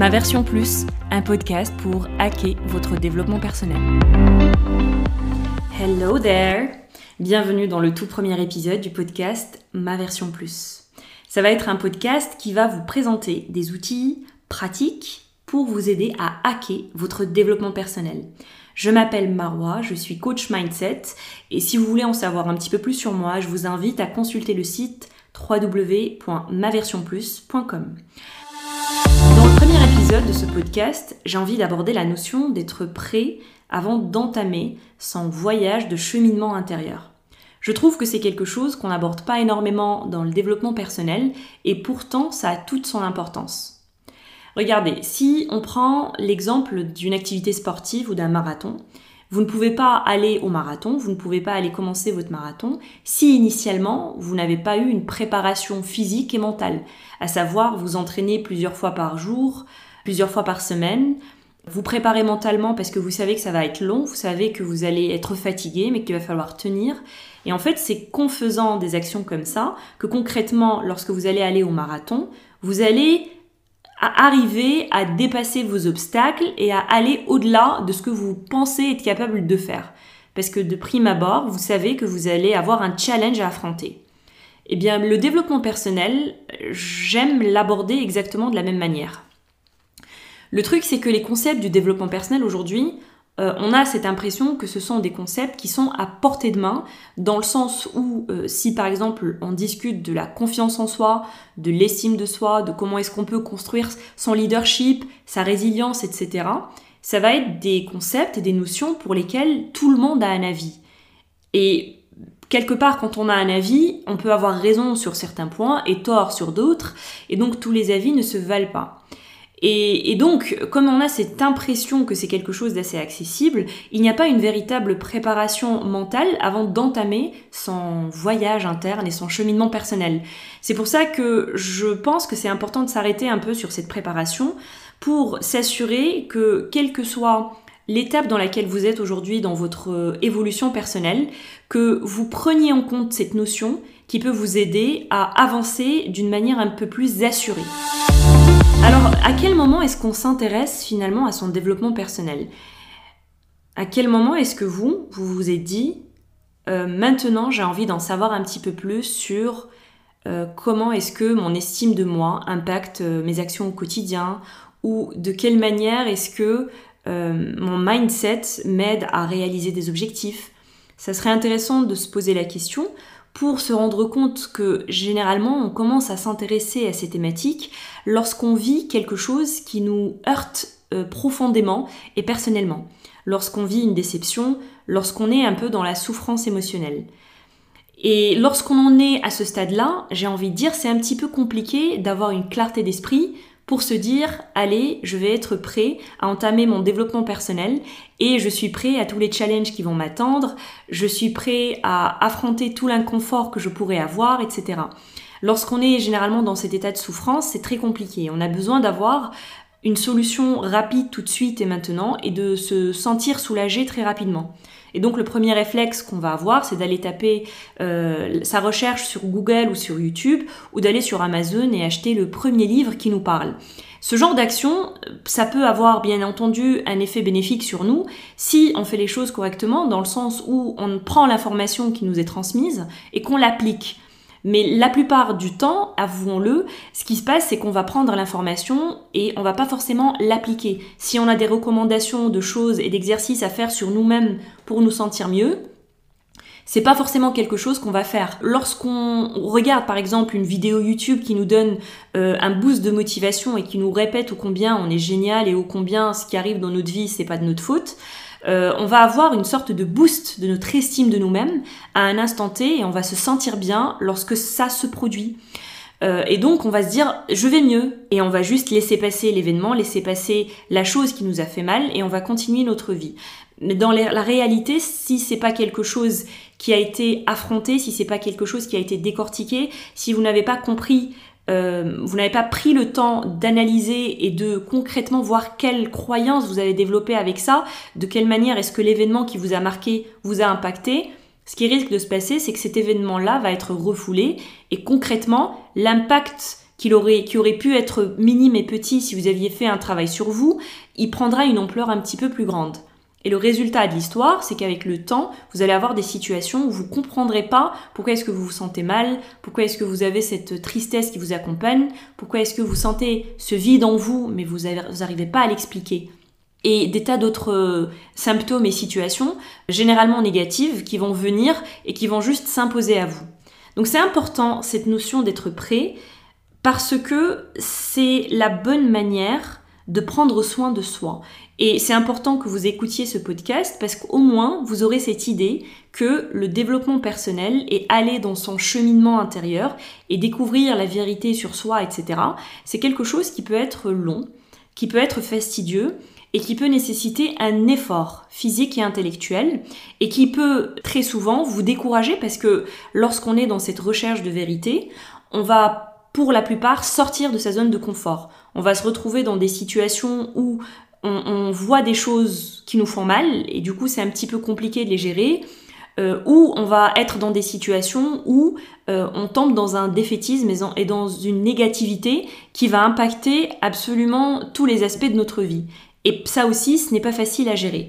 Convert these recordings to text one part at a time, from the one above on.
Ma version plus, un podcast pour hacker votre développement personnel. Hello there! Bienvenue dans le tout premier épisode du podcast Ma version plus. Ça va être un podcast qui va vous présenter des outils pratiques pour vous aider à hacker votre développement personnel. Je m'appelle Marwa, je suis coach mindset et si vous voulez en savoir un petit peu plus sur moi, je vous invite à consulter le site www.maversionplus.com. Dans le premier épisode de ce podcast, j'ai envie d'aborder la notion d'être prêt avant d'entamer son voyage de cheminement intérieur. Je trouve que c'est quelque chose qu'on n'aborde pas énormément dans le développement personnel et pourtant ça a toute son importance. Regardez, si on prend l'exemple d'une activité sportive ou d'un marathon, vous ne pouvez pas aller au marathon, vous ne pouvez pas aller commencer votre marathon si initialement vous n'avez pas eu une préparation physique et mentale, à savoir vous entraîner plusieurs fois par jour, plusieurs fois par semaine, vous préparez mentalement parce que vous savez que ça va être long, vous savez que vous allez être fatigué mais qu'il va falloir tenir. Et en fait, c'est qu'en faisant des actions comme ça que concrètement, lorsque vous allez aller au marathon, vous allez arriver à dépasser vos obstacles et à aller au-delà de ce que vous pensez être capable de faire. Parce que de prime abord, vous savez que vous allez avoir un challenge à affronter. Eh bien, le développement personnel, j'aime l'aborder exactement de la même manière. Le truc, c'est que les concepts du développement personnel aujourd'hui, on a cette impression que ce sont des concepts qui sont à portée de main, dans le sens où si par exemple on discute de la confiance en soi, de l'estime de soi, de comment est-ce qu'on peut construire son leadership, sa résilience, etc., ça va être des concepts et des notions pour lesquels tout le monde a un avis. Et quelque part, quand on a un avis, on peut avoir raison sur certains points et tort sur d'autres, et donc tous les avis ne se valent pas. Et donc, comme on a cette impression que c'est quelque chose d'assez accessible, il n'y a pas une véritable préparation mentale avant d'entamer son voyage interne et son cheminement personnel. C'est pour ça que je pense que c'est important de s'arrêter un peu sur cette préparation pour s'assurer que, quelle que soit l'étape dans laquelle vous êtes aujourd'hui dans votre évolution personnelle, que vous preniez en compte cette notion qui peut vous aider à avancer d'une manière un peu plus assurée. Alors, à quel moment est-ce qu'on s'intéresse finalement à son développement personnel ? À quel moment est-ce que vous vous êtes dit maintenant j'ai envie d'en savoir un petit peu plus sur comment est-ce que mon estime de moi impacte mes actions au quotidien ou de quelle manière est-ce que mon mindset m'aide à réaliser des objectifs ? Ça serait intéressant de se poser la question pour se rendre compte que généralement on commence à s'intéresser à ces thématiques lorsqu'on vit quelque chose qui nous heurte profondément et personnellement, lorsqu'on vit une déception, lorsqu'on est un peu dans la souffrance émotionnelle. Et lorsqu'on en est à ce stade-là, j'ai envie de dire c'est un petit peu compliqué d'avoir une clarté d'esprit pour se dire « Allez, je vais être prêt à entamer mon développement personnel et je suis prêt à tous les challenges qui vont m'attendre, je suis prêt à affronter tout l'inconfort que je pourrais avoir, etc. » Lorsqu'on est généralement dans cet état de souffrance, c'est très compliqué. On a besoin d'avoir une solution rapide tout de suite et maintenant et de se sentir soulagé très rapidement. Et donc le premier réflexe qu'on va avoir, c'est d'aller taper sa recherche sur Google ou sur YouTube ou d'aller sur Amazon et acheter le premier livre qui nous parle. Ce genre d'action, ça peut avoir bien entendu un effet bénéfique sur nous si on fait les choses correctement, dans le sens où on prend l'information qui nous est transmise et qu'on l'applique. Mais la plupart du temps, avouons-le, ce qui se passe, c'est qu'on va prendre l'information et on va pas forcément l'appliquer. Si on a des recommandations de choses et d'exercices à faire sur nous-mêmes pour nous sentir mieux, c'est pas forcément quelque chose qu'on va faire. Lorsqu'on regarde par exemple une vidéo YouTube qui nous donne un boost de motivation et qui nous répète ô combien on est génial et ô combien ce qui arrive dans notre vie, c'est pas de notre faute, on va avoir une sorte de boost de notre estime de nous-mêmes à un instant T et on va se sentir bien lorsque ça se produit. Et donc on va se dire je vais mieux et on va juste laisser passer l'événement, laisser passer la chose qui nous a fait mal et on va continuer notre vie. Mais dans la réalité, si c'est pas quelque chose qui a été affronté, si c'est pas quelque chose qui a été décortiqué, si vous n'avez pas compris, vous n'avez pas pris le temps d'analyser et de concrètement voir quelles croyances vous avez développées avec ça, de quelle manière est-ce que l'événement qui vous a marqué vous a impacté, ce qui risque de se passer, c'est que cet événement-là va être refoulé et concrètement, l'impact qui aurait pu être minime et petit si vous aviez fait un travail sur vous, il prendra une ampleur un petit peu plus grande. Et le résultat de l'histoire, c'est qu'avec le temps, vous allez avoir des situations où vous ne comprendrez pas pourquoi est-ce que vous vous sentez mal, pourquoi est-ce que vous avez cette tristesse qui vous accompagne, pourquoi est-ce que vous sentez ce vide en vous, mais vous n'arrivez pas à l'expliquer. Et des tas d'autres symptômes et situations, généralement négatives, qui vont venir et qui vont juste s'imposer à vous. Donc c'est important, cette notion d'être prêt, parce que c'est la bonne manière de prendre soin de soi. Et c'est important que vous écoutiez ce podcast parce qu'au moins vous aurez cette idée que le développement personnel et aller dans son cheminement intérieur et découvrir la vérité sur soi, etc., c'est quelque chose qui peut être long, qui peut être fastidieux et qui peut nécessiter un effort physique et intellectuel et qui peut très souvent vous décourager parce que lorsqu'on est dans cette recherche de vérité, on va pour la plupart sortir de sa zone de confort. On va se retrouver dans des situations où on voit des choses qui nous font mal et du coup c'est un petit peu compliqué de les gérer, ou on va être dans des situations où on tombe dans un défaitisme et dans une négativité qui va impacter absolument tous les aspects de notre vie. Et ça aussi, ce n'est pas facile à gérer.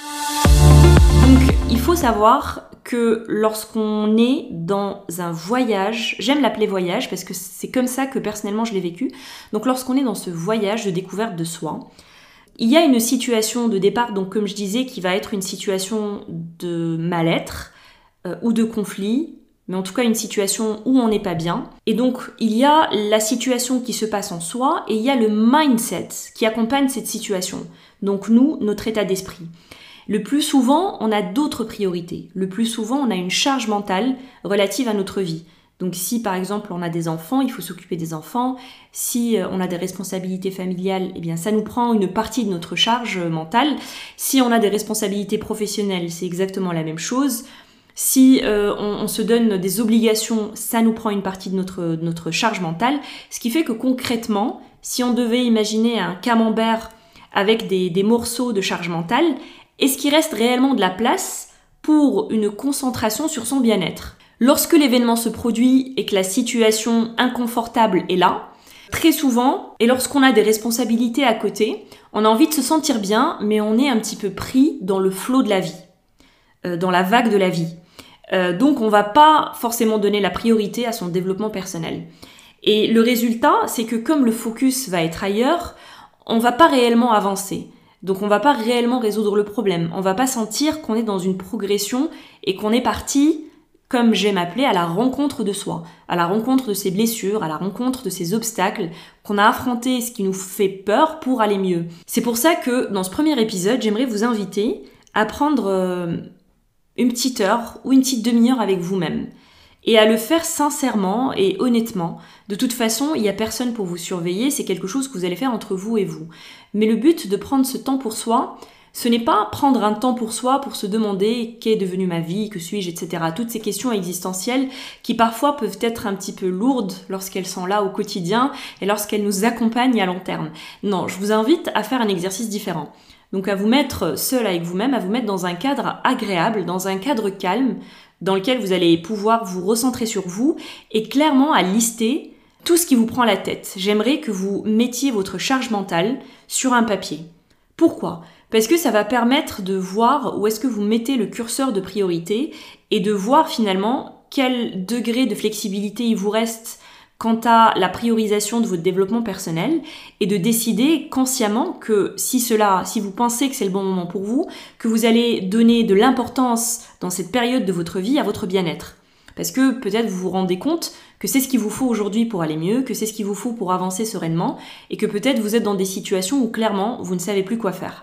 Donc il faut savoir que lorsqu'on est dans un voyage, j'aime l'appeler voyage parce que c'est comme ça que personnellement je l'ai vécu, donc lorsqu'on est dans ce voyage de découverte de soi, il y a une situation de départ, donc comme je disais, qui va être une situation de mal-être ou de conflit, mais en tout cas une situation où on n'est pas bien. Et donc il y a la situation qui se passe en soi et il y a le mindset qui accompagne cette situation. Donc nous, notre état d'esprit. Le plus souvent, on a d'autres priorités. Le plus souvent, on a une charge mentale relative à notre vie. Donc si par exemple on a des enfants, il faut s'occuper des enfants. Si on a des responsabilités familiales, eh bien ça nous prend une partie de notre charge mentale. Si on a des responsabilités professionnelles, c'est exactement la même chose. Si on se donne des obligations, ça nous prend une partie de notre charge mentale. Ce qui fait que concrètement, si on devait imaginer un camembert avec des morceaux de charge mentale, est-ce qu'il reste réellement de la place pour une concentration sur son bien-être ? Lorsque l'événement se produit et que la situation inconfortable est là, très souvent, et lorsqu'on a des responsabilités à côté, on a envie de se sentir bien, mais on est un petit peu pris dans le flot de la vie, dans la vague de la vie. Donc on va pas forcément donner la priorité à son développement personnel. Et le résultat, c'est que comme le focus va être ailleurs, on va pas réellement avancer. Donc on va pas réellement résoudre le problème. On va pas sentir qu'on est dans une progression et qu'on est parti, comme j'aime appeler, à la rencontre de soi, à la rencontre de ses blessures, à la rencontre de ses obstacles, qu'on a affronté ce qui nous fait peur pour aller mieux. C'est pour ça que dans ce premier épisode, j'aimerais vous inviter à prendre une petite heure ou une petite demi-heure avec vous-même et à le faire sincèrement et honnêtement. De toute façon, il n'y a personne pour vous surveiller, c'est quelque chose que vous allez faire entre vous et vous. Mais le but de prendre ce temps pour soi, ce n'est pas prendre un temps pour soi pour se demander qu'est devenue ma vie, que suis-je, etc. Toutes ces questions existentielles qui parfois peuvent être un petit peu lourdes lorsqu'elles sont là au quotidien et lorsqu'elles nous accompagnent à long terme. Non, je vous invite à faire un exercice différent. Donc à vous mettre seul avec vous-même, à vous mettre dans un cadre agréable, dans un cadre calme, dans lequel vous allez pouvoir vous recentrer sur vous et clairement à lister tout ce qui vous prend la tête. J'aimerais que vous mettiez votre charge mentale sur un papier. Pourquoi ? Parce que ça va permettre de voir où est-ce que vous mettez le curseur de priorité et de voir finalement quel degré de flexibilité il vous reste quant à la priorisation de votre développement personnel et de décider consciemment que si vous pensez que c'est le bon moment pour vous, que vous allez donner de l'importance dans cette période de votre vie à votre bien-être. Parce que peut-être vous vous rendez compte que c'est ce qu'il vous faut aujourd'hui pour aller mieux, que c'est ce qu'il vous faut pour avancer sereinement et que peut-être vous êtes dans des situations où clairement vous ne savez plus quoi faire.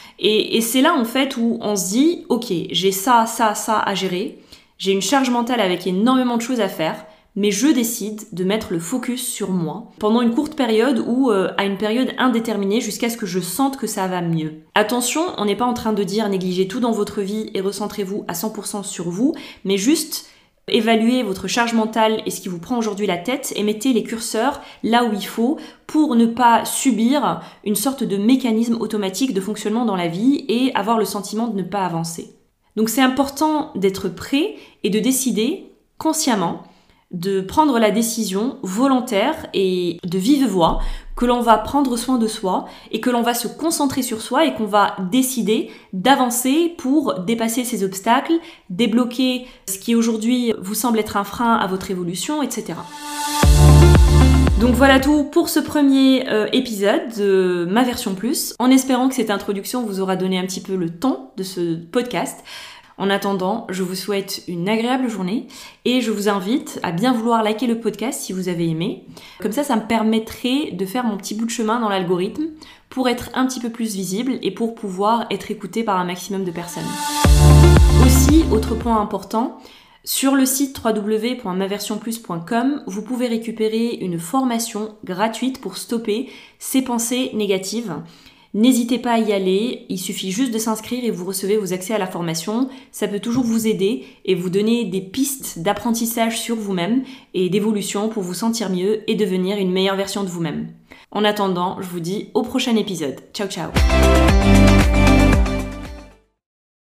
Et c'est là en fait où on se dit, ok, j'ai ça à gérer, j'ai une charge mentale avec énormément de choses à faire, mais je décide de mettre le focus sur moi pendant une courte période ou à une période indéterminée jusqu'à ce que je sente que ça va mieux. Attention, on n'est pas en train de dire négligez tout dans votre vie et recentrez-vous à 100% sur vous, mais juste évaluez votre charge mentale et ce qui vous prend aujourd'hui la tête et mettez les curseurs là où il faut pour ne pas subir une sorte de mécanisme automatique de fonctionnement dans la vie et avoir le sentiment de ne pas avancer. Donc c'est important d'être prêt et de décider consciemment de prendre la décision volontaire et de vive voix que l'on va prendre soin de soi et que l'on va se concentrer sur soi et qu'on va décider d'avancer pour dépasser ces obstacles, débloquer ce qui aujourd'hui vous semble être un frein à votre évolution, etc. Donc voilà tout pour ce premier épisode de ma version plus, en espérant que cette introduction vous aura donné un petit peu le ton de ce podcast. En attendant, je vous souhaite une agréable journée et je vous invite à bien vouloir liker le podcast si vous avez aimé. Comme ça me permettrait de faire mon petit bout de chemin dans l'algorithme pour être un petit peu plus visible et pour pouvoir être écouté par un maximum de personnes. Aussi, autre point important, sur le site www.maversionplus.com, vous pouvez récupérer une formation gratuite pour stopper ces pensées négatives. N'hésitez pas à y aller, il suffit juste de s'inscrire et vous recevez vos accès à la formation. Ça peut toujours vous aider et vous donner des pistes d'apprentissage sur vous-même et d'évolution pour vous sentir mieux et devenir une meilleure version de vous-même. En attendant, je vous dis au prochain épisode. Ciao ciao.